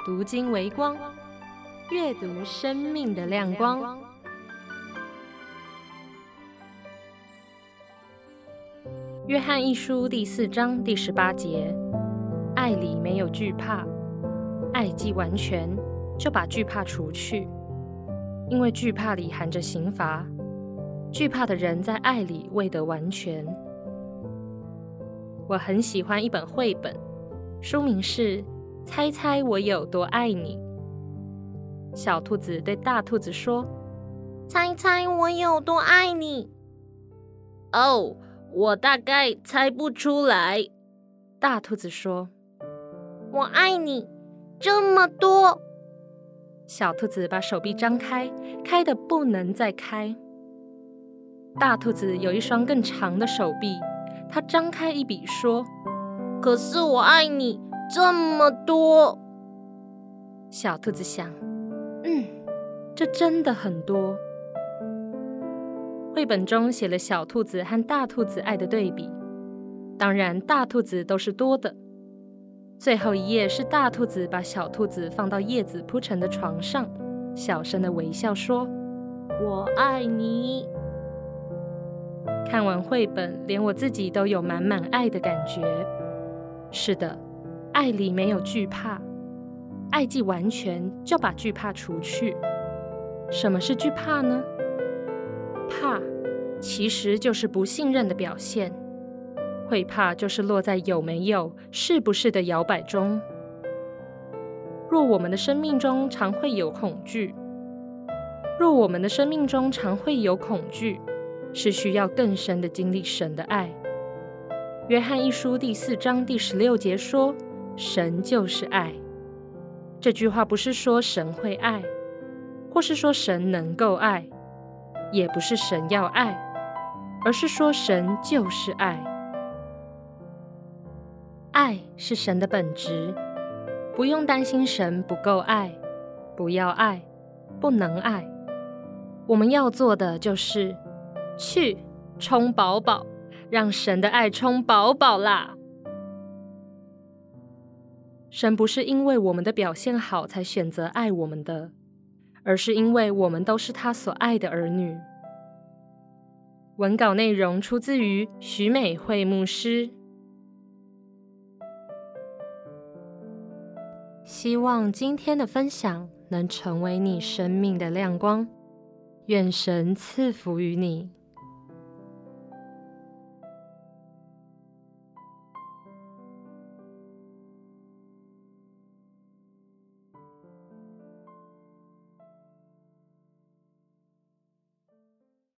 读经为光，阅读生命的亮光。约翰一书第4章第18节，爱里没有惧怕，爱既完全，就把惧怕除去，因为惧怕里含着刑罚，惧怕的人在爱里未得完全。我很喜欢一本绘本，书名是《猜猜我有多爱你》。小兔子对大兔子说： 猜猜我有多爱你？哦，我大概猜不出来。 大兔子说： 我爱你这么多。 小兔子把手臂张开，开得不能再开。大兔子有一双更长的手臂，它张开一笔说： 可是我爱你这么多。 小兔子想，这真的很多。绘本中写了小兔子和大兔子爱的对比，当然大兔子都是多的。最后一页是大兔子把小兔子放到叶子铺成的床上，小声的微笑说： 我爱你。 看完绘本，连我自己都有满满爱的感觉。是的，爱里没有惧怕，爱既完全，就把惧怕除去。什么是惧怕呢？怕其实就是不信任的表现，会怕就是落在有没有、是不是的摇摆中。若我们的生命中常会有恐惧，是需要更深的经历神的爱。约翰一书第4章第16节说：神就是爱。这句话不是说神会爱，或是说神能够爱，也不是神要爱，而是说神就是爱。爱是神的本质，不用担心神不够爱，不要爱，不能爱。我们要做的就是去充饱饱，让神的爱充饱饱啦。神不是因为我们的表现好才选择爱我们的，而是因为我们都是他所爱的儿女。文稿内容出自于许美惠牧师。希望今天的分享能成为你生命的亮光，愿神赐福于你。